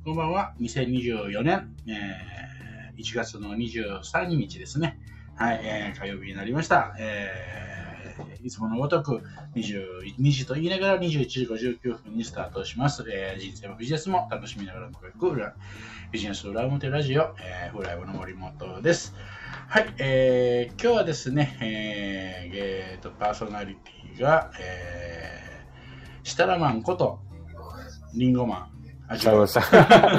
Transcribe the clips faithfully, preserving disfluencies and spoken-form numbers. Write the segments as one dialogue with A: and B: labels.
A: こんばんは。にせんにじゅうよねん、えー、いちがつのにじゅうさんにちですね。はい、えー、火曜日になりました。えー、いつものごとくにじゅうにじと言いながらにじゅういちじごじゅうきゅうふんにスタートします。えー、人生もビジネスも楽しみながらもくビジネス裏表ラジオ、えー、フライブの森本です。はい、えー、今日はですね、えー、えーとパーソナリティが、えー、シタラマンことリンゴマン。
B: あ、違いました。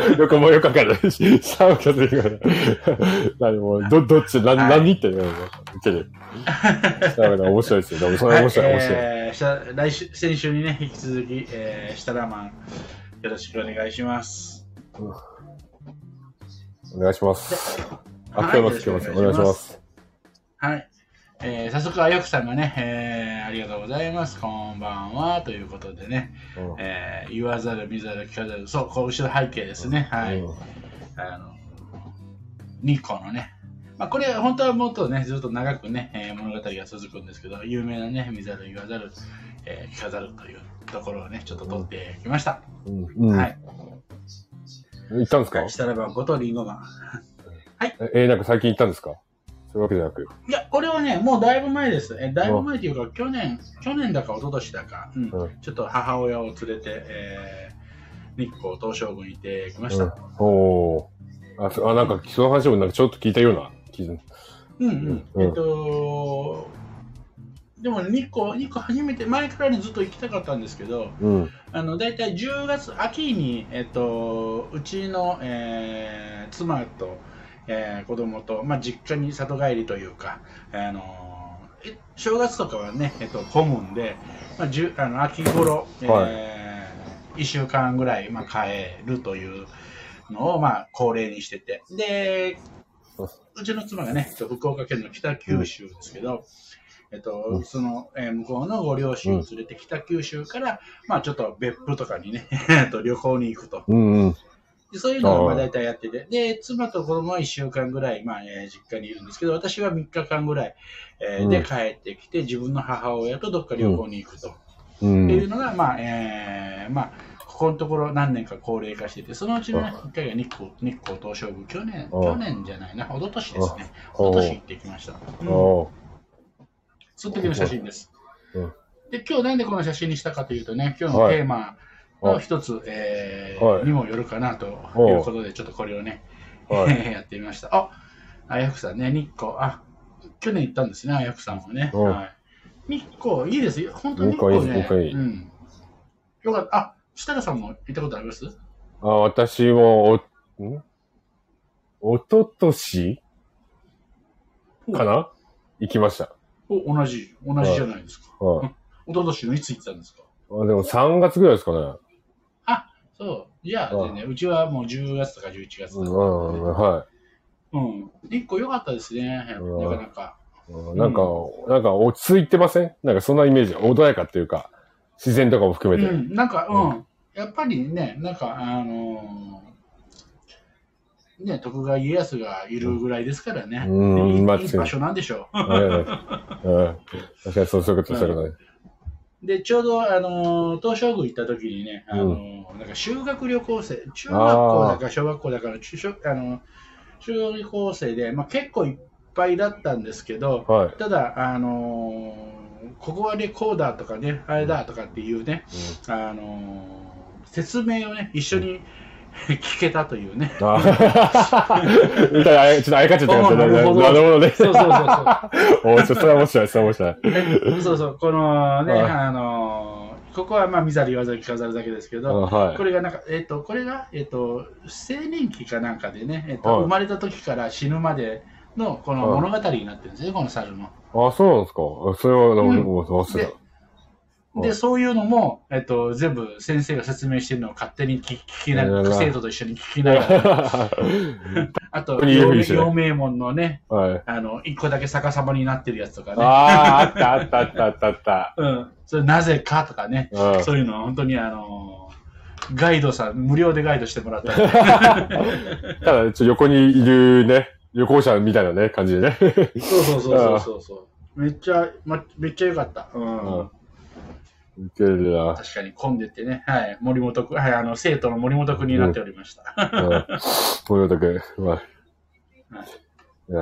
B: よくもうよくわかる。シャウキャズが、何も、ど、どっち、何、何って言うの言ってる。面白いですよ。でもそれ面白い、面白い。
A: えー、来週、先週にね、引き続き、えー、シタラマン、よろしくお願いします。
B: うん、お願いします。あ、聞こえます、聞こえます。お願いします。
A: はい。えー、早速、あよくさんがね、えー、ありがとうございます。こんばんは。ということでね、うん、えー、言わざる、見ざる、聞かざる、そう、こう後ろ背景ですね。うん、はい。うん、あの、日光のね、まあ、これ、本当はもっとね、ずっと長くね、えー、物語が続くんですけど、有名なね、見ざる、言わざる、えー、聞かざるというところをね、ちょっと撮ってきました。
B: うんうん、はい。行ったんですか？
A: したらば、ごとりんごが。
B: はい。えー、なんか最近行ったんですか？そういうわけじゃなく。
A: いや、これはね、もうだいぶ前です。えだいぶ前というか、去年、去年だか一昨年だか、うんうん、ちょっと母親を連れて、えー、日光東照宮に行ってきました。うん、
B: おー。あ、あ、なんか、その話もなんかちょっと聞いたような気が。
A: うんうん。うん、えっと、でも日光、日光初めて、前からね、ずっと行きたかったんですけど、うん、あの、だいたいじゅうがつ、秋に、えっと、うちの、えー、妻と、えー、子供と、まあ、実家に里帰りというか、あのー、正月とかはね、えっと、混むんで、まあ、じゅあの秋頃、えーはい、いっしゅうかんぐらい、まあ、帰るというのを、まあ、恒例にしてて、で、うちの妻がね、福岡県の北九州ですけど、うん、えっと、その、えー、向こうのご両親を連れて北九州から、うん、まあ、ちょっと別府とかにね、旅行に行くと。うんうん、そういうのをまあ大体やってて、で、妻と子供はいっしゅうかんぐらい、まあ、えー、実家にいるんですけど、私はみっかかんぐらい、えー、で帰ってきて、自分の母親とどっか旅行に行くと。うん、っていうのが、まあ、えー、まあ、ここのところ何年か高齢化してて、そのうちの、ね、いっかいが日光、日光東照宮、去年、去年じゃないな、一昨年ですね。一昨年行ってきました。うん、その時の写真です。で、今日なんでこの写真にしたかというとね、今日のテーマ、はいの一つ、えーはい、にもよるかなということで、ちょっとこれをね、はい、やってみました。あ、あやくさんね、日光、あ、去年行ったんですね、あやくさんはね。はい、日光、いいですよ。本当に日光ね。いいうん。よかった。あ、設楽さんも行ったことあります？
B: あ、私も、お、んおととしかな行きました。
A: お、同じ、同じじゃないですか。はい、おととしのいつ行ったんですか？
B: あ、でもさんがつぐらいですかね。
A: あ、そう。じゃあ、ね、うちはもうじゅうがつとかじゅういちがつとか、ね。
B: うん、はい。
A: うん。日光良かったですね。なかなか。
B: なんか、うん、なんか落ち着いてません？なんかそんなイメージ、穏やかっていうか、自然とかも含めて。
A: うん、なんか、うん、うん。やっぱりね、なんか、あのー、ね、徳川家康がいるぐらいですからね。うん、いい、まあ、いい場所なんでしょう。うん、
B: 確かにそういうことするね。
A: で、ちょうど、あのー、東照宮行った時にね、あのーうん、なんか修学旅行生、中学校だか小学校だから中小、あのー、修学旅行生で、まあ、結構いっぱいだったんですけど、はい、ただ、あのー、ここはね、こうだとかね、あれだとかっていうね、うん、あのー、説明をね、一緒に聞けたというね。あ
B: みたいな、ちょっとあやかっちゃったから、なるほどね。そうそうそうそう。おちょっとそれは面白い、それは面白い。
A: そうそう、このね、あのー、ここはまあ見ざる言わざる聞かざるだけですけど、はい、これがなんか、えっと、これが、えっと、青年期かなんかでね、えっと、はい、生まれた時から死ぬまでのこの物語になってるんですね、この猿の。
B: あ、そうなんですか。それは、なんか、忘れた。
A: で、そういうのも、えっと、全部先生が説明してるのを勝手に聞きながら、生徒と一緒に聞きながら。あと、陽明門のね、はい、あの、一個だけ逆さまになってるやつとかね。
B: ああ、あったあったあったあったあった。
A: うん。それなぜかとかね。うん、そういうのは本当にあの、ガイドさん、無料でガイドしてもらったり。
B: ただ、ちょ横にいるね、旅行者みたいなね、感じでね。
A: そうそうそうそうそう。めっちゃ、ま、めっちゃ良かった。うん。うん
B: いけるな。
A: 確かに混んでてね、はい、森本くん、はい、あの、生徒の森本くんになっておりました。うん、
B: 森本くん、はい。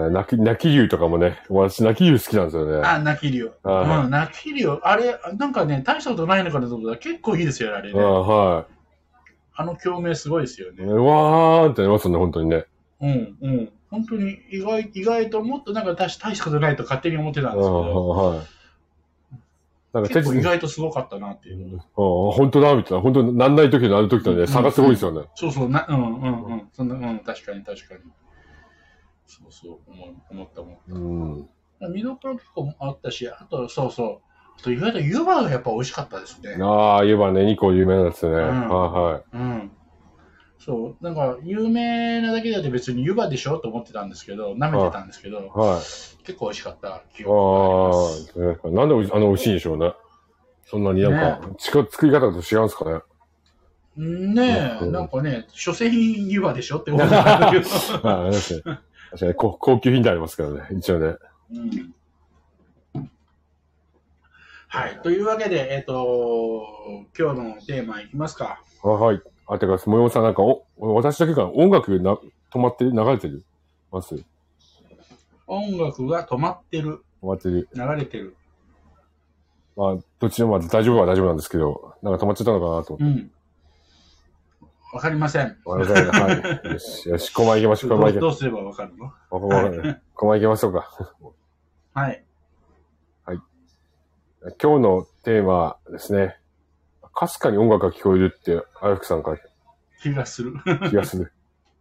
B: 泣き、泣き竜とかもね、私泣き竜好きなんですよね。
A: あ、泣き竜。うん、泣き竜。あれ、なんかね、大したことないのかなと思ったら結構いいですよ、あれね。あ、
B: はい。
A: あの共鳴すごいですよね。
B: うわーってなりますよね、本当にね。
A: うん、うん。本当に意外、意外ともっとなんか大したことないと勝手に思ってたんですけど。はい。なんか結構意外とすごかったなっていう。
B: ああ、本当だ、みたいな。本当になんない時となる時とね、差がすごいですよね。
A: そうそう、な、うんうんうん。そんな、うん、確かに確かに。そうそう、思思った思った。うん。見どころ結構あったし、あと、そうそう。あと意外と湯葉がやっぱ美味しかったですね。
B: ああ、湯葉ね、にこ有名なんですね。うん、はいはい。
A: うん。そう、なんか、有名なだけで別に湯葉でしょと思ってたんですけど、舐めてたんですけど、はい、結構美味しかった記憶があります。
B: ああ、なんであの美味しいんでしょうね。そんなになんか、ね、作り方と違うんですかね。
A: ねえ、うん、なんかね、所詮湯葉でしょって思ったんだけど。
B: ああ、確かに。確かに高級品でありますからね、一応ね。
A: うん、はい。というわけで、えっと、今日のテーマいきますか。
B: あ、はい。あ、てか、森本さんなんか、お、私だけか音楽な止まってる、流れてるます
A: 音楽が止まってる。
B: 止まってる。
A: 流れてる。
B: まあ、どっちでも大丈夫は大丈夫なんですけど、なんか止まっちゃったのかなと思って。うん。
A: わかりません。
B: わかりません。はい。よし、よし、コマ行きましょう、コマ行きましょう。
A: どうすればわかるの？わ
B: かんない。コマ行きましょうか。
A: はい。
B: はい。今日のテーマですね。かすかに音楽が聞こえるって、あやふくさんから。
A: 気がする。
B: 気がする。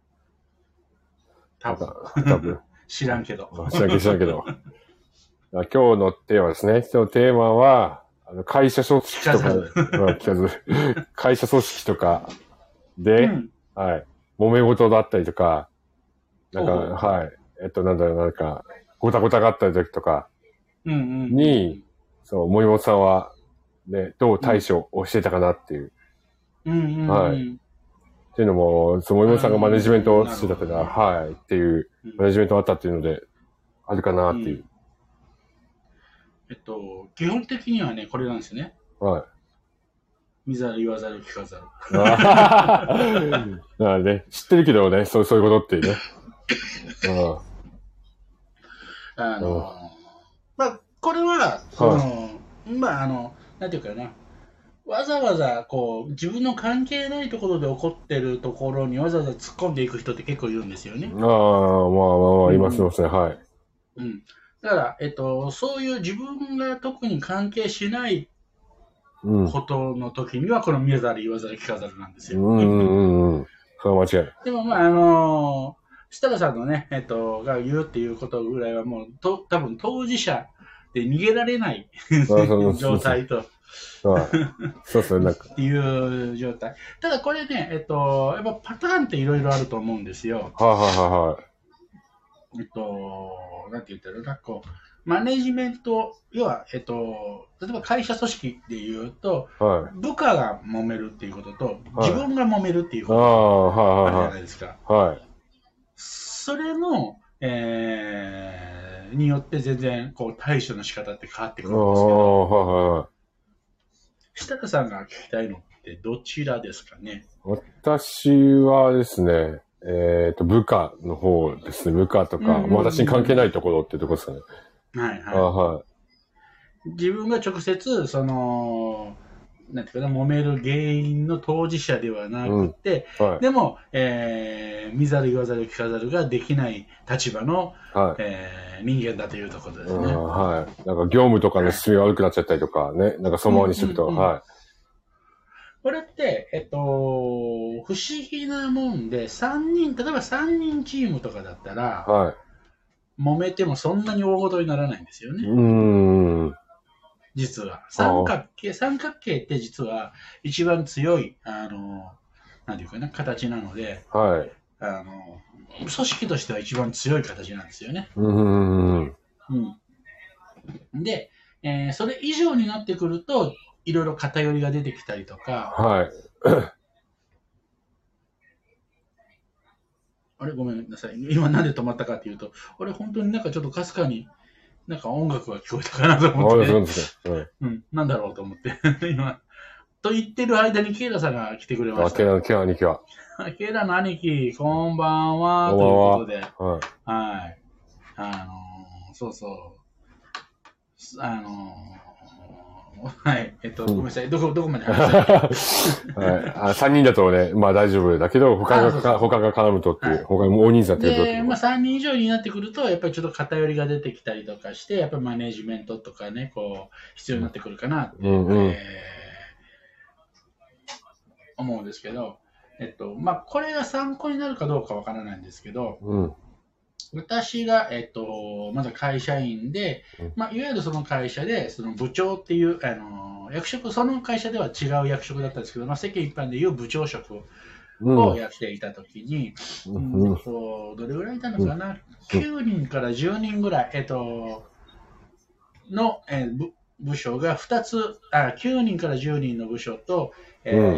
A: 多分。多分。知らんけど。
B: 知らんけど、知らんけど。今日のテーマですね。今日のテーマは、あの会社組織とか、聞かず会社組織とかで、うん、はい、揉め事だったりとか、なんか、はい、えっと、なんだろう、なんか、ごたごたがあったりとかに、うんうん、そう、森本さんは、ね、どう対処をしてたかなっていう。うんうんうん、はい。っていうのも、そう、森本さんがマネジメントをしてたから、はい、っていう、マネジメントがあったっていうので、あるかなっていう。うん
A: えっと、基本的にはね、これなんですね。はい。見ざる言わざる聞かざる。
B: ああね、知ってるけどね、そう、そういうことっていうね。
A: あの、まあ、これは、その、はい、まあ、あの、なんていうかな、わざわざ、こう、自分の関係ないところで起こってるところにわざわざ突っ込んでいく人って結構いるんですよね。
B: ああ、まあまあまあ、いますね、はい。
A: うん。だから、えっと、そういう自分が特に関係しないことの時には、この見ざる言わざる聞かざるなんですよ。
B: うんうんうん。それは間違いない。
A: でも、まあ、あのー、設楽さんのね、えっと、が言うっていうことぐらいはもう、と多分当事者で逃げられない状態と。
B: そうですね、なんか。
A: っていう状態。ただこれね、えっと、やっぱパターンっていろいろあると思うんですよ。
B: はいはいはいはい。
A: えっと、なんて言ったらな、こう、マネジメント、要は、えっと、例えば会社組織で言うと、はい、部下が揉めるっていうことと、はい、自分が揉めるっていうことがあるじゃないですか。はいはい、それの、えー、によって全然こう対処の仕方って変わってくるんですけど、はいはい、設楽さんが聞きたいのってどちらですかね？
B: 私はですね、えっと、部下の方ですね。部下とか、私に関係ないところってとこですかね。
A: はいはい。あ、はい。自分が直接、その、なんていうかな、揉める原因の当事者ではなくて、うんはい、でも、えー、見ざる言わざる聞かざるができない立場の、はいえー、人間だというところですね。
B: はい。なんか業務とかの質が悪くなっちゃったりとかね、なんかそのままにしておくと、うんうんうん、はい。
A: これって、えっと、不思議なもんで、さんにん、例えばさんにんチームとかだったら、はい、揉めてもそんなに大事にならないんですよね。うーん実は。三角形、三角形って実は一番強い、あの、なんていうかな、形なので、はい、あの、組織としては一番強い形なんですよね。うーんうん、で、えー、それ以上になってくると、いろいろ偏りが出てきたりとか、はい。あれごめんなさい。今なんで止まったかっていうと、あれ本当になんかちょっとかすかになんか音楽が聞こえたかなと思って、ね。
B: そうですね。
A: うん。なんだろうと思って。今。と言ってる間にケイラさんが来てくれました。
B: ケイラの兄貴は。
A: ケイラの兄貴、こんばんは。ということで。はい。はい。あのー、そうそう。あのー、はい。えっと、ごめんなさい。どこ、どこまで話した
B: はい。あ、さんにんだとね、まあ大丈夫だけど、他が、そうそう他が絡むとっていう、はい、他にも大人数になってくるとっていう。
A: で、まあさんにん以上になってくると、やっぱりちょっと偏りが出てきたりとかして、やっぱりマネジメントとかね、こう、必要になってくるかなって、うんうん、えー、思うんですけど、えっと、まあこれが参考になるかどうかわからないんですけど、うん、私が、えっと、まだ会社員で、まあ、いわゆるその会社で、その部長っていう、あの、役職、その会社では違う役職だったんですけど、まあ、世間一般でいう部長職をやっていたときに、うん、うんと、どれぐらいいたのかな、うん、きゅうにんからじゅうにんぐらい、えっと、の、えー、部部署がふたつ、あ、きゅうにんからじゅうにんの部署と、えーうん、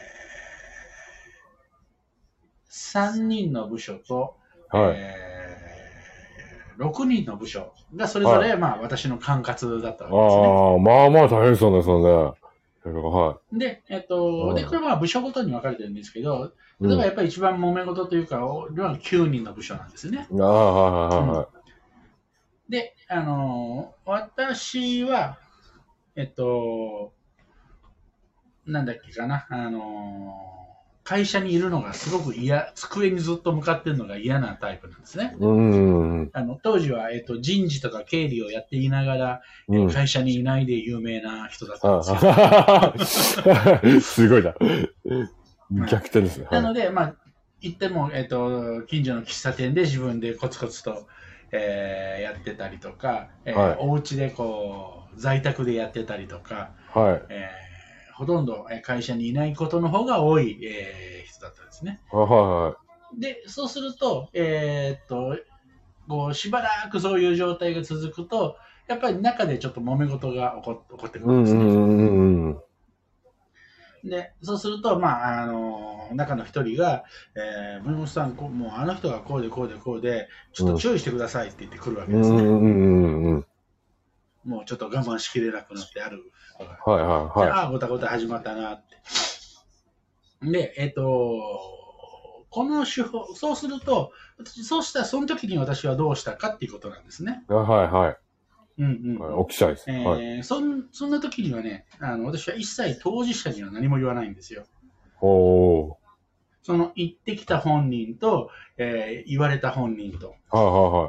A: さんにんの部署と、はい、えーろくにんの部署がそれぞれ、はい、まあ私の管轄だったわけですね。
B: ああ、まあまあ大変そうですよね。は
A: い。で、えっと、で、これは部署ごとに分かれてるんですけど、例えばやっぱり一番揉め事というか、うん、きゅうにんの部署なんですね。ああ、はいはいはい。で、あの、私は、えっと、なんだっけかな、あの、会社にいるのがすごく嫌、机にずっと向かってるのが嫌なタイプなんですね。うんあの当時は、えっと、人事とか経理をやっていながら、うん、会社にいないで有名な人だったんです
B: よ。すごいな。逆転ですね。
A: なので、まあ、行っても、えっと、近所の喫茶店で自分でコツコツと、えー、やってたりとか、えーはい、お家でこう、在宅でやってたりとか、はいえーほとんど会社にいないことの方が多い、えー、人だったんですね。はいはい、で、そうすると、えー、っと、こうしばらくそういう状態が続くと、やっぱり中でちょっと揉め事が起こ起こってくるんですね。うんうんうんで、そうすると、まあ、あの、中の一人が、えー、森本さん、こうもうあの人がこうでこうでこうで、ちょっと注意してくださいって言ってくるわけですね。うんうんうんうんもうちょっと我慢しきれなくなってある人が。はいはいはい。ああ、ごたごた始まったなって。で、えっと、この手法、そうすると、そうしたらその時に私はどうしたかっていうことなんですね。
B: はいはい。
A: うんうん。
B: おきちゃいです。
A: えーはい、そん。そんな時にはね、あの、私は一切当事者には何も言わないんですよ。おその言ってきた本人と、えー、言われた本人と。はいはいはい。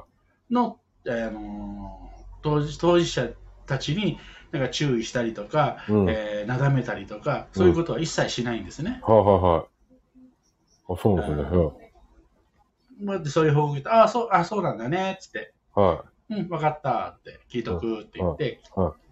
A: の、あのー当事、当事者たちになんか注意したりとか、うんえー、なだめたりとか、そういうことは一切しないんですね。
B: はいはいはい。あ、そうですね。
A: だってそういう報告言って、ああ、そう、あそうなんだね、つって。はい。うん、わかったって聞いとくって言って、はいはい、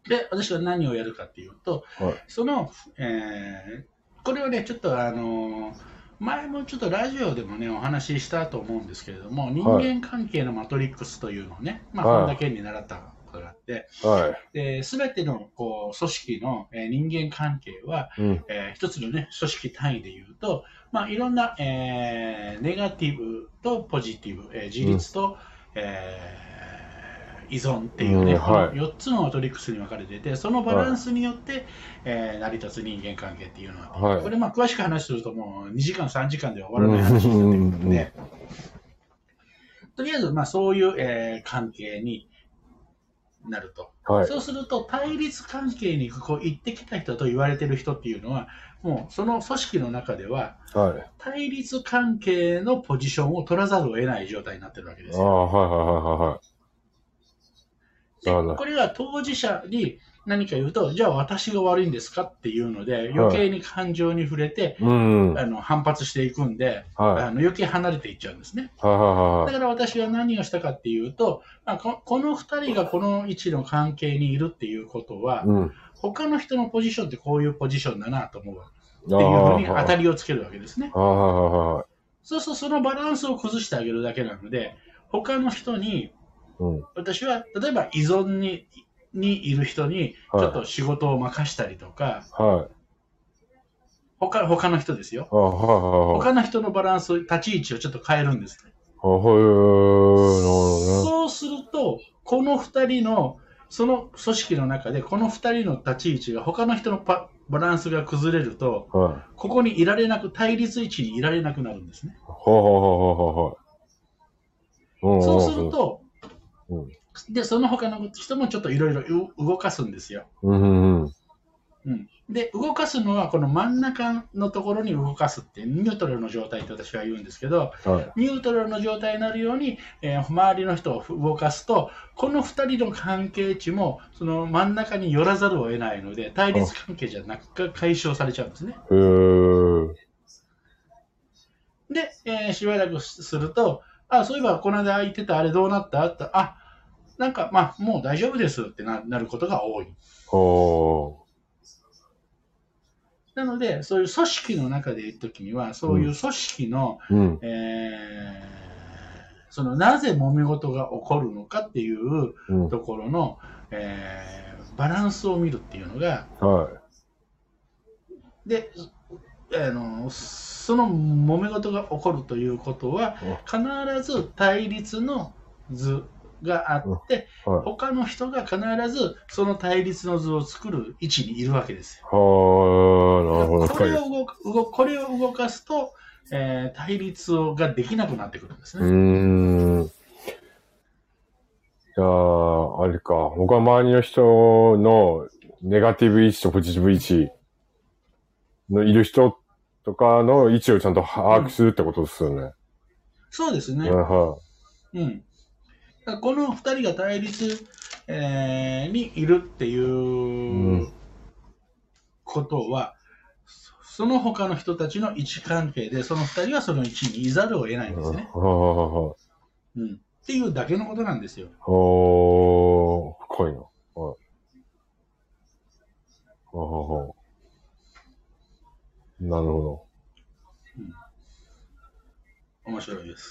A: で、私は何をやるかっていうと、はい、その、えー、これをね、ちょっとあのー、前もちょっとラジオでもね、お話ししたと思うんですけれども、人間関係のマトリックスというのをね、まあ、本田健に習ったことがあって、はい、で、すべてのこう組織の、えー、人間関係は、うんえー、一つのね、組織単位で言うと、まあ、いろんな、えー、ネガティブとポジティブ、えー、自立と、うんえー依存っていうね、うんはい、このよっつのマトリックスに分かれていて、そのバランスによって、はいえー、成り立つ人間関係っていうのは、はい、これまあ詳しく話するともうにじかんさんじかんで終わらない話になってくるので、とりあえずまあそういう、えー、関係になると、はい、そうすると対立関係にこう行ってきた人と言われてる人っていうのはもうその組織の中では、はい、対立関係のポジションを取らざるを得ない状態になってるわけですよ。あはいはいはいはいでこれが当事者に何か言うと、じゃあ私が悪いんですかっていうので、余計に感情に触れて、はい、あの反発していくんで、はい、あの余計離れていっちゃうんですね。はい、だから私は何をしたかっていうと、まあ、こ, このふたりがこの位置の関係にいるっていうことは、うん、他の人のポジションってこういうポジションだなと思うっていうふうに当たりをつけるわけですね。そうするとそのバランスを崩してあげるだけなので、他の人にうん、私は例えば依存ににいる人にちょっと仕事を任したりとか、はい、他, 他の人ですよ、はいはいはい、他の人のバランス、立ち位置をちょっと変えるんですね。はいそうすると、この二人の、その組織の中で、この二人の立ち位置が他の人のパバランスが崩れると、はい、ここにいられなく、対立位置にいられなくなるんですね。そうすると、うん、で、その他の人もちょっといろいろ動かすんですよ。うんうんうん、で、動かすのはこの真ん中のところに動かすってニュートラルの状態って私は言うんですけど、はい、ニュートラルの状態になるように、えー、周りの人を動かすと、このふたりの関係値もその真ん中に寄らざるを得ないので、対立関係じゃなく解消されちゃうんですね。で、えー、しばらくすると、あ、そういえばこの間言ってたあれどうなったって、あ、なんかまあもう大丈夫ですって な, なることが多い。おなので、そういう組織の中でいるときには、そういう組織の、うんえー、そのなぜ揉め事が起こるのかっていうところの、うんえー、バランスを見るっていうのが、はい、で、あの、その揉め事が起こるということは、必ず対立の図があって、はい、他の人が必ずその対立の図を作る位置にいるわけですよ。はあ、なるほど。これを動く、動これを動かすと、えー、対立ができなくなってくるんですね。うーん。い
B: やー、あれか。僕は周りの人のネガティブ位置とポジティブ位置のいる人とかの位置をちゃんと把握するってことですよね。うん、
A: そうですね。はい、うん。このふたりが対立、えー、にいるっていうことは、うん、その他の人たちの位置関係で、そのふたりはその位置にいざるを得ないんですね。うん、っていうだけのことなんですよ。
B: おー、深いな。はい。あなるほど、
A: うん。面白いです。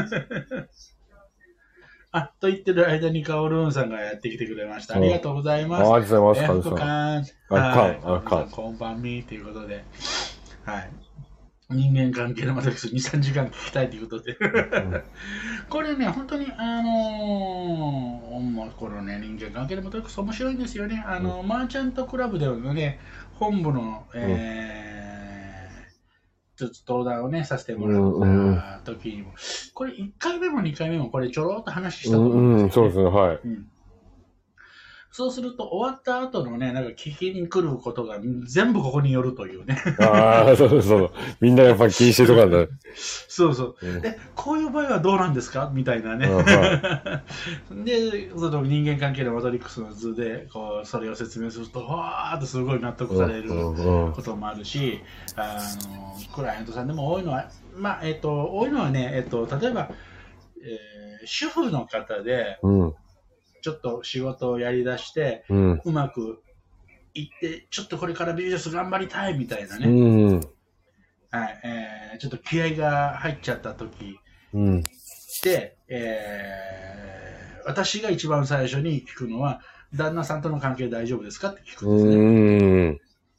A: あ、と言ってる間にカオルーンさんがやってきてくれました。ありがとうございます。
B: ありがとうございます。
A: カンさん。はい。こんばんみということで。はい。人間関係のマトリックスに、さんじかん聞きたいということで。これね、本当に、あのー、このね、人間関係のマトリックス面白いんですよね。あの、うん、マーチャントクラブでのね、本部の、えー、ちょっと登壇をね、させてもらった時にも、うんうん、これいっかいめもにかいめもこれちょろっと話したと思うんですよ、ね。うんうん、そうですね、はい。うんそうすると、終わった後のね、なんか聞きに来ることが全部ここによるというね。あ
B: あ、そうそう。みんなやっぱり気にしてるとかだ。
A: そうそう。え、こういう場合はどうなんですかみたいなね。で、その人間関係のマトリックスの図で、こう、それを説明すると、わーっとすごい納得されることもあるし、あの、クライアントさんでも多いのは、まあ、えっと、多いのはね、えっと、例えば、えー、主婦の方で、うんちょっと仕事をやりだして、うん、うまくいって、ちょっとこれからビジネス頑張りたいみたいなね。うんはいえー、ちょっと気合が入っちゃった時、うん、で、えー、私が一番最初に聞くのは、旦那さんとの関係大丈夫ですかって聞くんですね。うん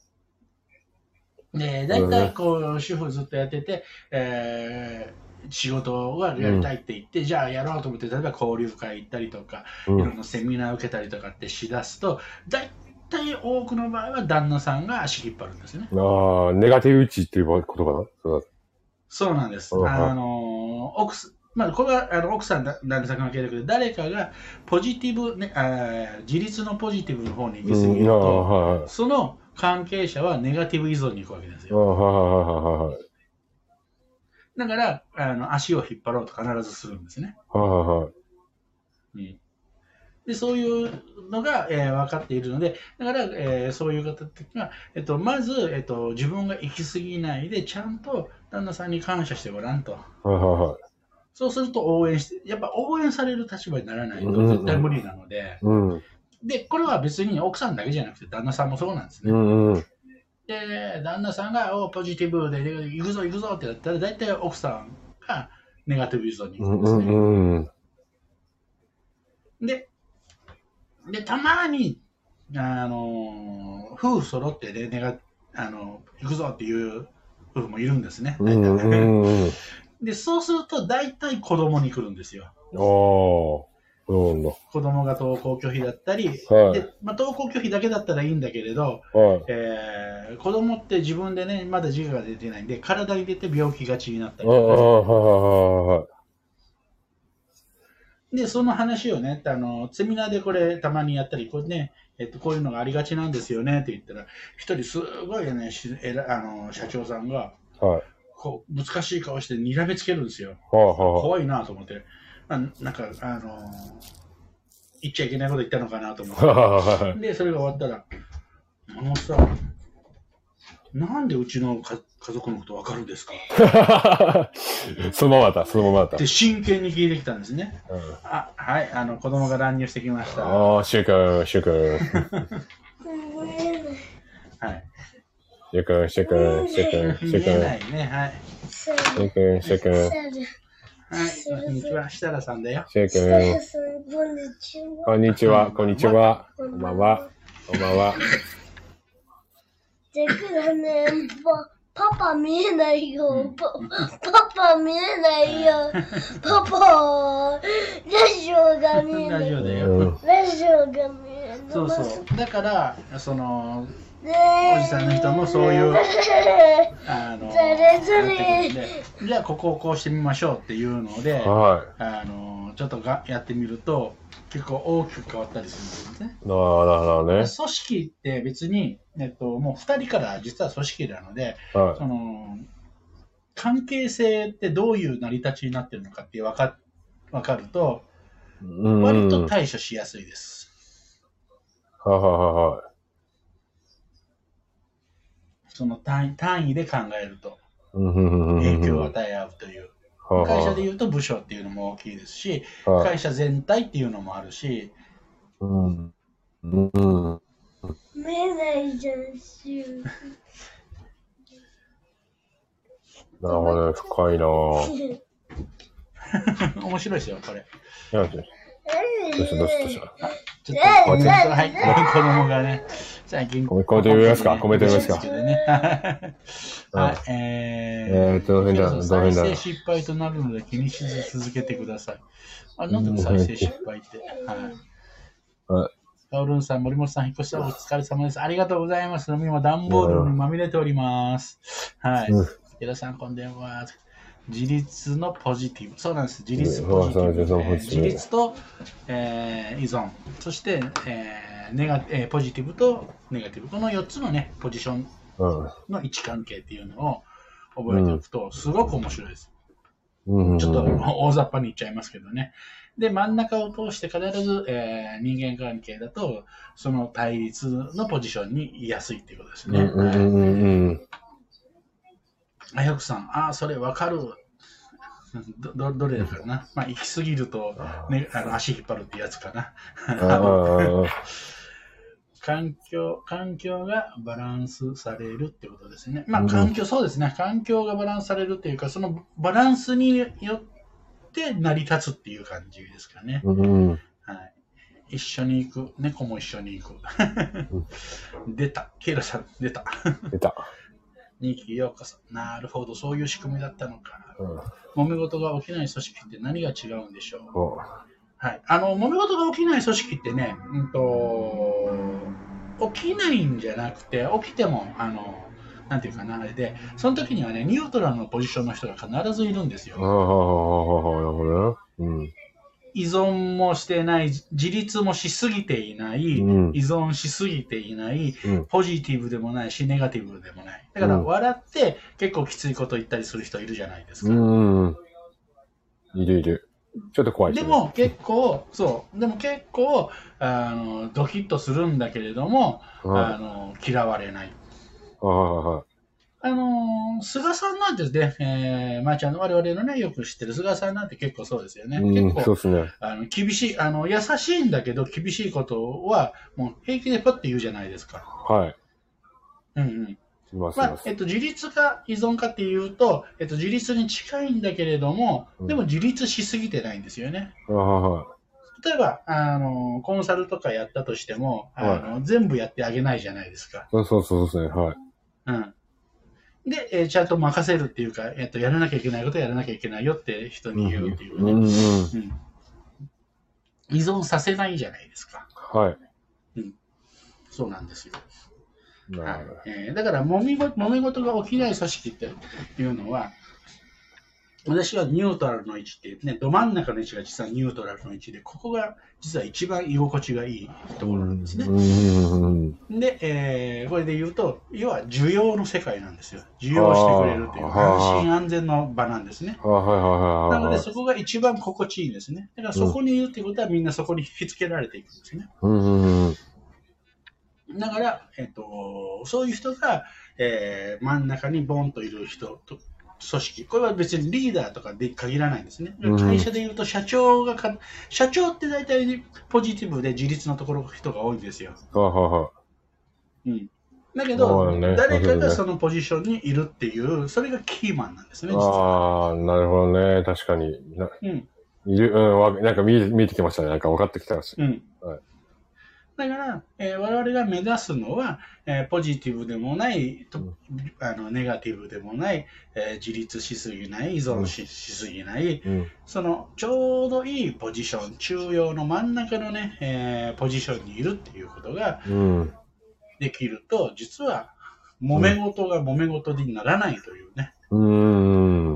A: で、大体こう、主婦ずっとやってて、えー仕事がやりたいって言って、うん、じゃあやろうと思って、例えば交流会行ったりとか、うん、いろんなセミナー受けたりとかってしだすと、大体多くの場合は旦那さんが足引っ張るんですね。
B: ああ、ネガティブ値っていうことかな。
A: そうなんです。あの、奥まあ、これはあの奥さん、旦那さん関係なくて、誰かがポジティブ、ね、あ自立のポジティブの方に行き過ぎると、うんはい、その関係者はネガティブ依存に行くわけですよ。はいはいだから、あの、足を引っ張ろうと必ずするんですね。はいはい、うん。で、そういうのが、えー、分かっているので、だから、えー、そういう方的には、えっと、まず、えっと、自分が行き過ぎないで、ちゃんと旦那さんに感謝してごらんと。はいはいはい。そうすると応援して、やっぱ応援される立場にならないと絶対無理なので、うんうん、で、これは別に奥さんだけじゃなくて旦那さんもそうなんですね。うんうんで、旦那さんがおポジティブで行くぞ行くぞってやったら大体奥さんがネガティブ依存に行くんですね。うんうんうん、で、で、たまに、あの、夫婦揃ってね、ネガあの行くぞっていう夫婦もいるんですね。大体うんうんうん、 で、そうすると大体子供に来るんですよ。
B: ああ、そうなんだ。
A: 子供が登校拒否だったり、
B: はい、
A: でまあ、登校拒否だけだったらいいんだけれど、
B: はい、
A: えー、子供って自分でね、まだ自我が出てないんで、体に出て病気がちになったり
B: ああ、
A: とか、
B: はい、はい、
A: で、その話をね、あのセミナーでこれたまにやったり、これね、えっと、こういうのがありがちなんですよねって言ったら、一人すごいね、しえらあの社長さんが、
B: はい、
A: こう難しい顔して睨みつけるんですよ。
B: はい、はい、
A: 怖いなと思って。あなんか、あの言っちゃいけないこと言ったのかなと思って。で、それが終わったら、あのさ、なんでうちのか家族のことわかるんですか
B: そのままだ、そのままだ。
A: で、真剣に聞いてきたんですね。うん、あ、はい、あの、子供が乱入してきました。
B: ああ、シュー君、シュー君。
A: はい。
B: シュー君、シュー君、シュー君、シュー君。見えないね、はい。シュー君、シュー君。
A: はい、こんにちは、設楽さんだよ。
B: シェイ君。こんにちは、こんにちは。こんばんは。こんばんは。
C: でくね、パパ見えないよ。パパ見えないよ。パパ、ラジオが見えない。
A: ラジオだよ。
C: ラジオが見えない。
A: そうそう。だから、その、おじさんの人もそういう、あの、じゃあここをこうしてみましょうっていうので、はい、あのちょっとがやってみると結構大きく変わったりするんですね。
B: なるほどね。
A: 組織って別に、えっと、もうふたりから実は組織なので、はい、その関係性ってどういう成り立ちになってるのかって分か、分かると割と対処しやすいです。
B: はいはいはいはい。
A: その 単, 単位で考えると影響を与え合うという、会社でいうと部署っていうのも大きいですし、会社全体っていうのもあるし、
B: うんうんうん、
C: 見えないじゃんし。
B: なるほど、深いなぁ。
A: 面白いですよ、これ。
B: どうしたどうしたどうした。
A: ちょっと、はい、子供がね、最近、
B: コメント読みますかコメント読みますか
A: はい、えー、えー、どう変だ、どう変だ。再生失敗となるので気にし続けてください。あ、なんで再生失敗って。はい。はい。カオルンさん、森本さん、引っ越しお疲れ様です。ありがとうございます。今、段ボールにまみれております。はい。池田さん、こんばんは。自立のポジティブ。そうなんです。自立ポジティブ。えー、自立と、えー、依存。そして、えーネガえー、ポジティブとネガティブ。このよっつのね、ポジションの位置関係っていうのを覚えておくと、すごく面白いです。うん、ちょっと大雑把に言っちゃいますけどね。で、真ん中を通して必ず、えー、人間関係だと、その対立のポジションにいやすいっていうことですね。うんうんうんあやくさん、ああ、それわかる。ど、ど、どれだかな。まあ、行き過ぎると、ね、あの足引っ張るってやつかな。環境、環境がバランスされるってことですね。まあ、環境、そうですね。環境がバランスされるっていうか、そのバランスによって成り立つっていう感じですかね。うんはい、一緒に行く。猫も一緒に行く。出た。ケイラさん、出た。
B: 出た。
A: にきようこそ。なるほど、そういう仕組みだったのか。うん、揉め事が起きない組織って何が違うんでしょう、うん、はい。あの、揉め事が起きない組織ってね、うんと、起きないんじゃなくて、起きても、あの、なんていうかな、あれで、その時にはね、ニュートラルのポジションの人が必ずいるんですよ。
B: ああ、なるほどね。うん。
A: 依存もしてない、自立もしすぎていない、うん、依存しすぎていない、うん、ポジティブでもないし、ネガティブでもない。だから、笑って結構きついこと言ったりする人いるじゃないですか。
B: うん。いるいる。ちょっと怖い
A: でも結構、そう、でも結構、あの、ドキッとするんだけれども、あの、嫌われない。
B: ああ、
A: あのー、菅さんなんてね、えー、まーちゃんの我々のね、よく知ってる菅さんなんて結構そうですよね。
B: うん、
A: 結構、
B: そうですね。
A: あの、厳しい、あの、優しいんだけど、厳しいことは、もう平気でパッて言うじゃないですか。
B: はい。
A: うんうん。まあ、えっと、自立か依存かっていうと、えっと、自立に近いんだけれども、でも自立しすぎてないんですよね。
B: うん、はい。
A: 例えば、あの、コンサルとかやったとしても、あの、はい、全部やってあげないじゃないですか。
B: そうそうそうですね、はい。
A: うん。 で、えー、ちゃんと任せるっていうか、えっと、やらなきゃいけないことやらなきゃいけないよって人に言うっていうね。うんうんうん、依存させないじゃないですか。
B: はい。
A: うん。そうなんですよ。はい、えー、だから、もみご、揉め事が起きない組織っていうのは、私はニュートラルの位置ってね、ど真ん中の位置が実はニュートラルの位置で、ここが実は一番居心地がいいところなんですね。で、えー、これで言うと、要は需要の世界なんですよ。需要してくれるという安心安全の場なんですね。なので、そこが一番心地いいんですね。だからそこにいるっていうことはみんなそこに引きつけられていくんですね。だから、えっと、そういう人が、えー、真ん中にボンといる人と、組織。これは別にリーダーとかで限らないんですね。会社でいうと社長がか、社長って大体ポジティブで自立のところ人が多いんですよ。
B: ははは
A: うん、だけど、ね、誰かがそのポジションにいるっていう、それがキーマンなんですね。
B: ああ、なるほどね。確かに。なうん。いる、うん、なんか見え、見えてきましたね。なんか分かってきたし。うん。はい。
A: だから、えー、我々が目指すのは、えー、ポジティブでもないと、うん、あのネガティブでもない、えー、自立しすぎない、依存 し,、うん、しすぎない、うん、そのちょうどいいポジション、中央の真ん中のね、えー、ポジションにいるっていうことができると、うん、実は揉め事が揉め事にならないというね、うん、うん、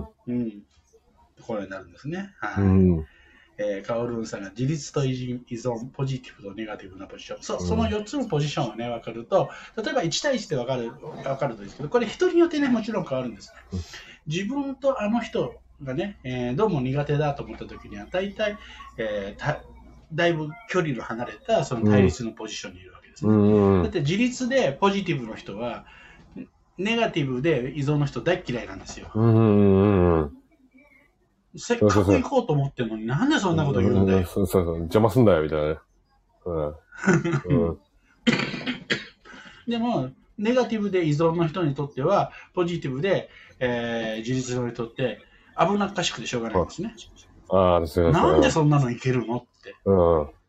A: ところになるんですね。はい。うん、えー、カオルーンさんが自立と依存、ポジティブとネガティブなポジション。そ, そのよっつのポジションをね、分かると、例えばいち対いちで分かる、分かるといいですけど、これ人によってね、もちろん変わるんです。自分とあの人がね、えー、どうも苦手だと思った時には、大体、えー、ただいぶ距離の離れたその対立のポジションにいるわけですね。うん、だって自立でポジティブの人は、ネガティブで依存の人大嫌いなんですよ。うんせっかく行こうと思ってるのに、なんでそんなこと言うんだよ。
B: そうそうそう。邪魔すんだよ、みたいなね。うんうん、
A: でも、ネガティブで依存の人にとっては、ポジティブで、えー、自立の人にとって、危なっかしくてしょうがないんですね。
B: ああ、そう
A: なんでそんなのいけるのって。
B: うん
A: うん、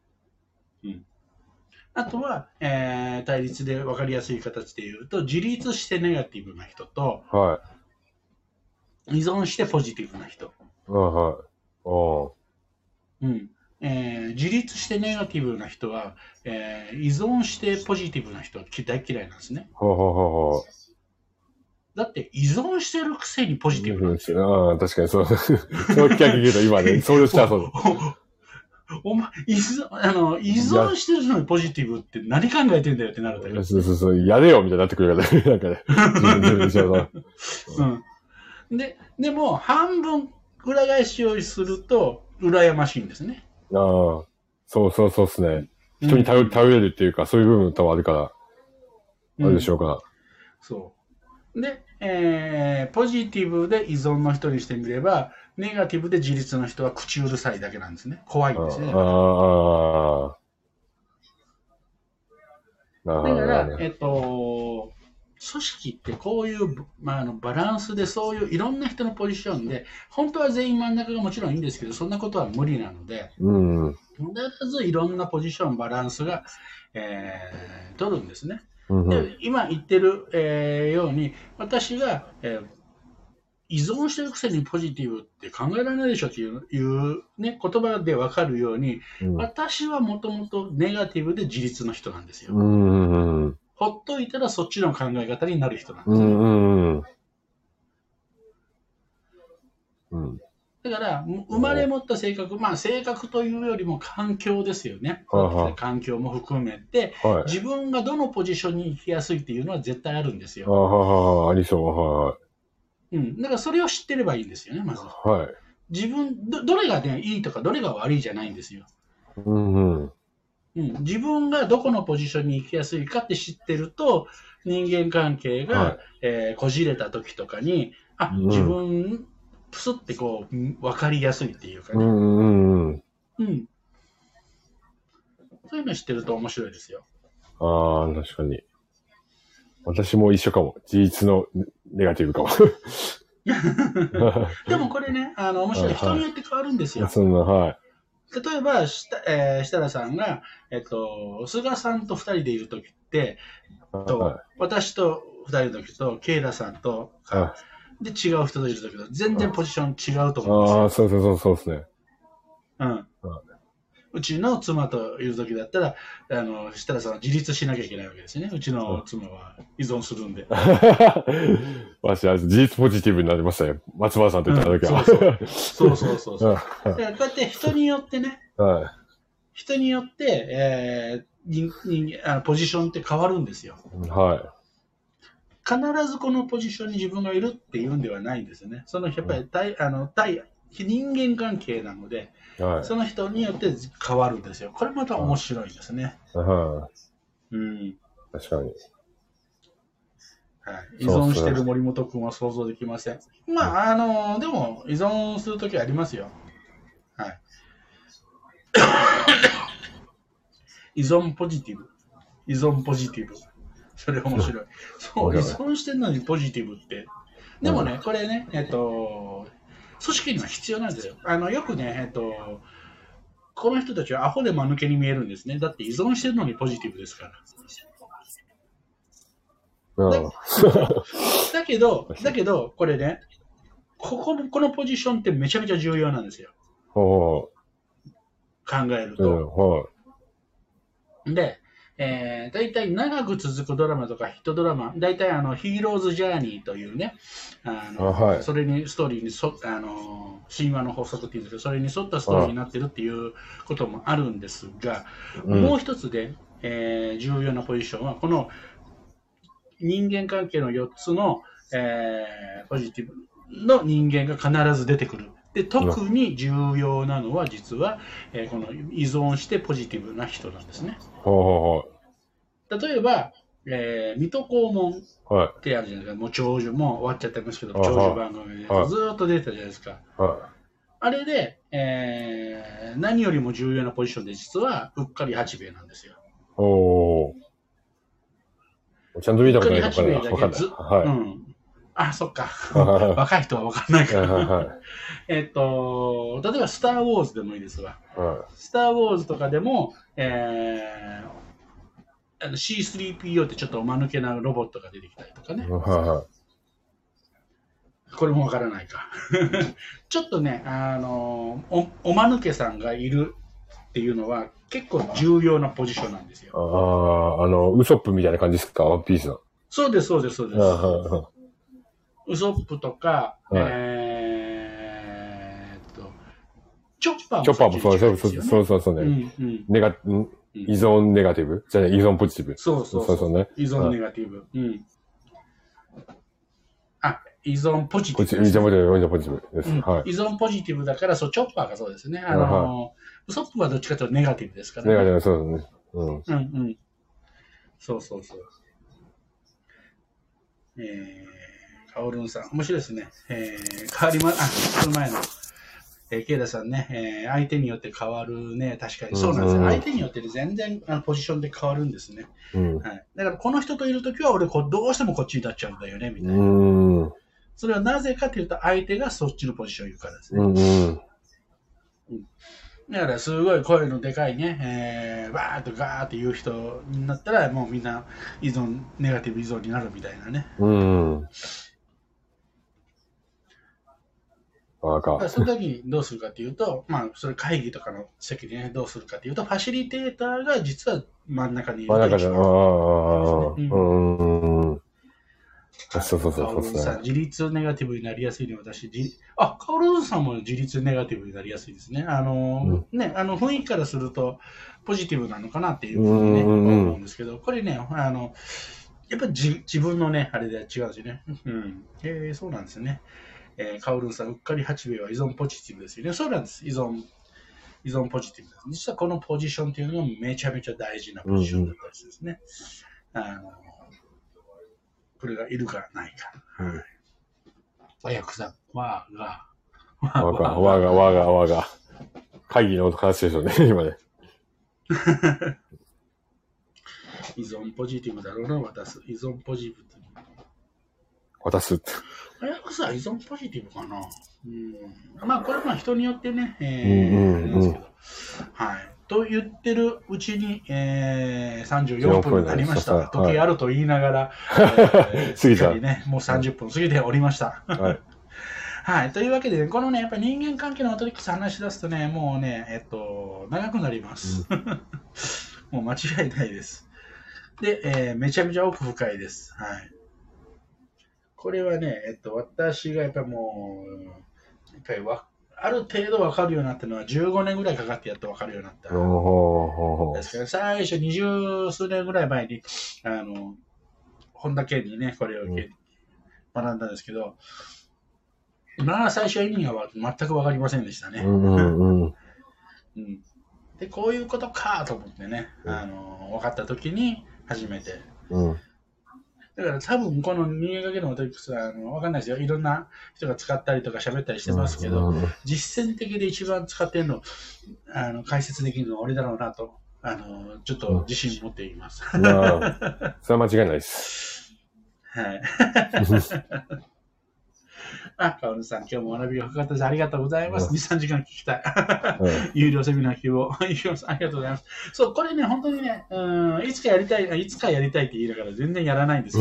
A: あとは、えー、対立で分かりやすい形で言うと、自立してネガティブな人と、
B: はい、
A: 依存してポジティブな人。
B: あはい。あ
A: うんえー、自立してネガティブな人は、えー、依存してポジティブな人は大嫌いなんですね。
B: はははは
A: だって依存してるくせにポジティブなんです
B: よ。ああ、確かにそう。そう聞けど今ね、そうしたらそう。
A: お前依存、あの、依存してるのにポジティブって何考えてんだよってなるんだよ。
B: そうそうそう、やれよみたいになってくるからね。なんかね。
A: うん。で、でも半分裏返しをすると羨ましいんですね。
B: ああ、そうそうそうですね。人に頼、うん、頼れるっていうか、そういう部分多分あるから、うん、あるでしょうから。
A: そう。で、えー、ポジティブで依存の人にしてみれば、ネガティブで自立の人は口うるさいだけなんですね。怖いんですね。
B: ああ。
A: だから、えっと、組織ってこういう、まあ、あのバランスでそういういろんな人のポジションで、本当は全員真ん中がもちろんいいんですけど、そんなことは無理なので、
B: うん、
A: 必ずいろんなポジション、バランスが、えー、取るんですね。うん、で今言ってる、えー、ように、私が、えー、依存してるくせにポジティブって考えられないでしょっていう、いう、ね、言葉で分かるように、うん、私はもともとネガティブで自立の人なんですよ。
B: うんうん、
A: ほっといたらそっちの考え方になる人なんですね。
B: うんうんうん、
A: だから生まれ持った性格、まあ性格というよりも環境ですよね。
B: は
A: 環境も含めて、
B: はい、
A: 自分がどのポジションに行きやすいっていうのは絶対あるんですよ。
B: ははありそう。はい、
A: うん。だからそれを知ってればいいんですよね、まず。
B: はい。
A: 自分 ど, どれが、ね、いいとかどれが悪いじゃないんですよ。
B: うんうん
A: うん、自分がどこのポジションに行きやすいかって知ってると、人間関係が、はい、えー、こじれた時とかに、あ、うん、自分、プスってこう、分かりやすいっていうかね。
B: うんうんうん。
A: うん。そういうの知ってると面白いですよ。
B: ああ、確かに。私も一緒かも。自立のネガティブかも。
A: でもこれね、あの、面白い。人によって変わるんですよ。
B: はい、そんな、はい。
A: 例えば、し、えー、設楽さんが、えっと、菅さんと二人でいるときって、と、はい、私と二人の時と、ケイラさんと、で、違う人といる時と、全然ポジション違うと思うんですよ。
B: ああ、そうそうそうそうですね。
A: うん。うちの妻といる時だったら、あの、設楽さんは自立しなきゃいけないわけですね。うちの妻は依存するんで。
B: 私は自立ポジティブになりましたよ。松原さんと言った時は。
A: うん、そうそうそうそう。だからこうやって人によってね、
B: はい、
A: 人によって、えー人人あ、ポジションって変わるんですよ。
B: はい。
A: 必ずこのポジションに自分がいるっていうんではないんですよね。そのやっぱり対、うん、あの対人間関係なので、はい、その人によって変わるんですよ。これまた面白いですね。
B: はい、
A: うん。
B: 確かに。
A: はい、依存してる森本君は想像できません。まあ、あの、でも依存するときありますよ。はい。依存ポジティブ。依存ポジティブ。それ面白い。そう、依存してるのにポジティブって。でもね、これね、えっと、組織には必要なんですよ。あの、よくね、えっと、この人たちはアホで間抜けに見えるんですね。だって依存してるのにポジティブですから。だ, だけど、だけど、これね、ここ、このポジションってめちゃめちゃ重要なんですよ。考えると。で、えー、大体長く続くドラマとかヒットドラマ、大体あのヒーローズ・ジャーニーというね、あのあ、はい、それにストーリーにそあの神話の法則っていうんですけど、それに沿ったストーリーになってるっていうこともあるんですが、うん、もう一つで、えー、重要なポジションは、この人間関係のよっつの、えー、ポジティブの人間が必ず出てくる。で、特に重要なのは実は、えー、この依存してポジティブな人なんですね。
B: は
A: 例えば、えー、水戸黄門ってあるじゃないですか。はい、もう長寿、もう終わっちゃってますけど、長寿番組でずーっと出てたじゃないですか。
B: はい、
A: あれで、えー、何よりも重要なポジションで実はうっかり八兵衛なんですよ。
B: おー。ちゃんと見たことない
A: から分かんない。はい、うん。あ、そっか。若い人は分かんないから。はい、えっと、例えばスター・ウォーズでもいいですわ。はい、スター・ウォーズとかでも、えー、あの シースリーピーオー ってちょっとおまぬけなロボットが出てきたりとかね。はい、これも分からないか。ちょっとね、あのお、おまぬけさんがいるっていうのは結構重要なポジションなんですよ。
B: ああ、あの、ウソップみたいな感じですか、ワンピースの。
A: そうです、そうです、そうです。ウソップとか、はい、えー、っと、チョッパーも、
B: チョッパーもそうそうそうそうそうね。うんうん、ネガ、依存ネガティブじゃあ、ね、依存ポジティブ。
A: そうそうそう。そうそうね。依存ネガティブ。うん。あ、依存ポジティブ、
B: ね。依存ポジティブです、
A: うんはい。依存ポジティブだから、そう、チョッパーがそうですね。あの、はい、ウソップはどっちかというとネガティブですから
B: ね。ネガティブ、そうですね。うん。うんうん。
A: そうそうそう。えーカオルンさん、面白いですね。えー、変わりま、あ、その前の、えー、ケイダさんね、えー、相手によって変わるね、確かにそうなんですよ。うんうん、相手によって全然あのポジションで変わるんですね。うんはい、だからこの人といるときは俺こうどうしてもこっちに立っちゃうんだよね、みたいな。うん、それはなぜかというと相手がそっちのポジションにいるからですね。うんうんうん、だからすごい声のでかいね、えー、バーッとガーッと言う人になったらもうみんな依存、ネガティブ依存になるみたいなね。うん
B: あか
A: その時にどうするかというと、まあ、それ会議とかの席で、ね、どうするかというと、ファシリテーターが実は真ん中にいると一番、ね。うん。うん。そうそうそうそうそう。自立ネガティブになりやすいのは私、あ、カオルさんも自立ネガティブになりやすいですね。あの、うん、ね、あの雰囲気からするとポジティブなのかなっていうふうにね、思うんですけど、これね、あの、やっぱり自分のね、あれでは違うんですよね。うん。えー、そうなんですよね。えー、カオルンさん、うっかり八兵衛は依存ポジティブですよね。そうなんです。依存、依存ポジティブです。実はこのポジションというのがめちゃめちゃ大事なポジションだったりですね。うんうん、あのこれがいるかないか。はい。和訳さん、わが、
B: わが、わが、わが、わが。会議の話でしょうね、今ね。
A: 依存ポジティブだろうな、渡す。依存ポジティブ。
B: 渡す。
A: 和訳さん、依存ポジティブかな。うん。まあ、これは人によってね、えー、うんうんうん、なんですけど。はい。 と言ってるうちに、えー、さんじゅうよんぷんになりました。時計あると言いながら、えー、過ぎた。ね、もうさんじゅっぷん過ぎておりました。はい。はい。というわけで、ね、このね、やっぱり人間関係のマトリックス話し出すとね、もうね、えっと、長くなります。うん、もう間違いないです。で、えー、めちゃめちゃ奥深いです。はい。これはね、えっと、私がやっぱりもう、やっぱりわある程度分かるようになったのはじゅうごねんぐらいかかってやっと分かるようになった。ですから最初にじゅうすうねんぐらい前に、あの、本田健にね、これを、うん、学んだんですけど、まあ最初は意味が全く分かりませんでしたね。うんうんうんうん、で、こういうことかと思ってね、あの、分かった時に初めて。うんだから多分この人間関係のマトリックスはあの分かんないですよ。いろんな人が使ったりとか喋ったりしてますけど、うんうん、実践的で一番使ってるの、あの解説できるのは俺だろうなと、あのちょっと自信持っています。
B: うん、まあ、それは間違いないです。
A: はい。あ、カオルさん、今日も学びが深かったです。ありがとうございます。うん、に、さんじかん聞きたい。うん、有料セミナー希望。ありがとうございます。そう、これね、本当にね、うん、いつかやりたい、いつかやりたいって言いながら全然やらないんですよ。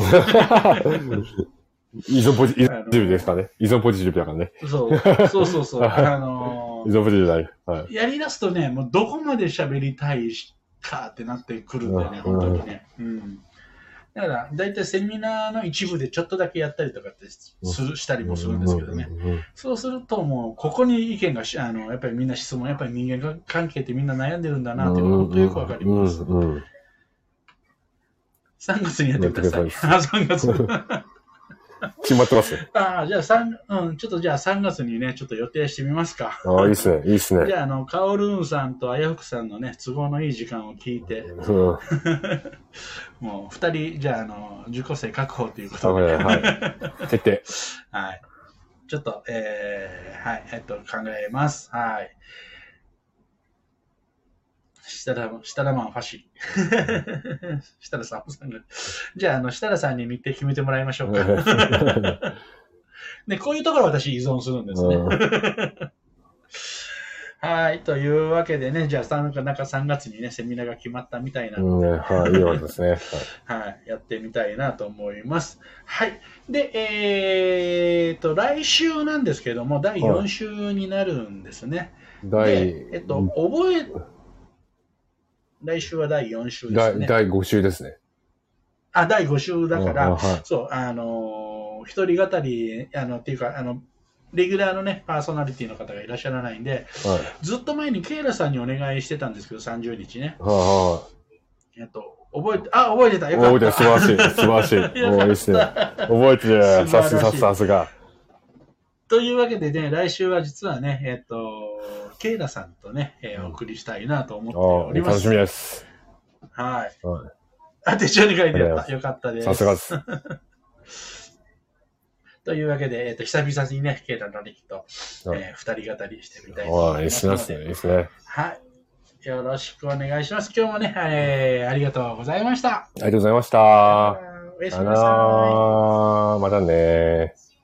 B: 依存ポジティブですかね。依存ポジティブだからね。
A: そう、そうそうそう。あの
B: ー、依存ポジティブだね。はい。
A: やり出すとね、もうどこまで喋りたいかってなってくるんだよね、うん、本当にね。うんだから、だいたいセミナーの一部でちょっとだけやったりとかってするしたりもするんですけどね。そうするともう、ここに意見がし、あの、やっぱりみんな質問、やっぱり人間関係ってみんな悩んでるんだなっていうのが本当によくわかります。さんがつにやってください。あ、さんがつ。
B: 決まってますね。
A: ああ、じゃあ三、うん、ちょっとじゃあさんがつにね、ちょっと予定してみますか。
B: ああ、いいっすね、いいっすね。
A: じゃあ、あの、カオルーンさんとあやふくさんのね、都合のいい時間を聞いて、うん、もう二人、じゃあ、あの、受講生確保ということで。はい。
B: 徹底。
A: はい。ちょっと、えー、はい、えっと、考えます。はい。設楽、設楽マンファシ。設楽さんさんが。じゃあ、あの、設楽さんに日程決めてもらいましょうか。ね、こういうところ私依存するんですね。はい。というわけでね、じゃあさん、なんかさんがつにね、セミナーが決まったみたいなので、
B: うんはい、いいわけですね。はい、
A: はい。やってみたいなと思います。はい。で、えーと、来週なんですけども、だいよん週になるんですね。
B: はい、
A: で、えっと、覚え、来週はだいよん週ですね。
B: だいご週ですね。
A: あ、だいご週だから、はい、そう、あのー、一人語り、あの、っていうか、あの、レギュラーのね、パーソナリティの方がいらっしゃらないんで、はい、ずっと前にケイラさんにお願いしてたんですけど、さんじゅうにちね。はい、えっと、覚えて、あ、覚えてた。よかった。
B: 覚えてた。素晴らしい。素晴らしい。もういいっすね。覚えてる。さすが、さすが。
A: というわけでね、来週は実はね、えっと、ケイラさんとね、えー、お送りしたいなと思っております。
B: 楽しみです。
A: はい。はい、あ、手帳に書いてあった。よかったです。
B: さすがです。
A: というわけで、えっと、久々にね、ケイラのリキと、えー、二人語りしてみたいと思いますので。
B: いいですね、いいですね。
A: はい。よろしくお願いします。今日もね、えー、ありがとうございました。あ
B: りがとうございました。
A: おやすみなさい。
B: またねー。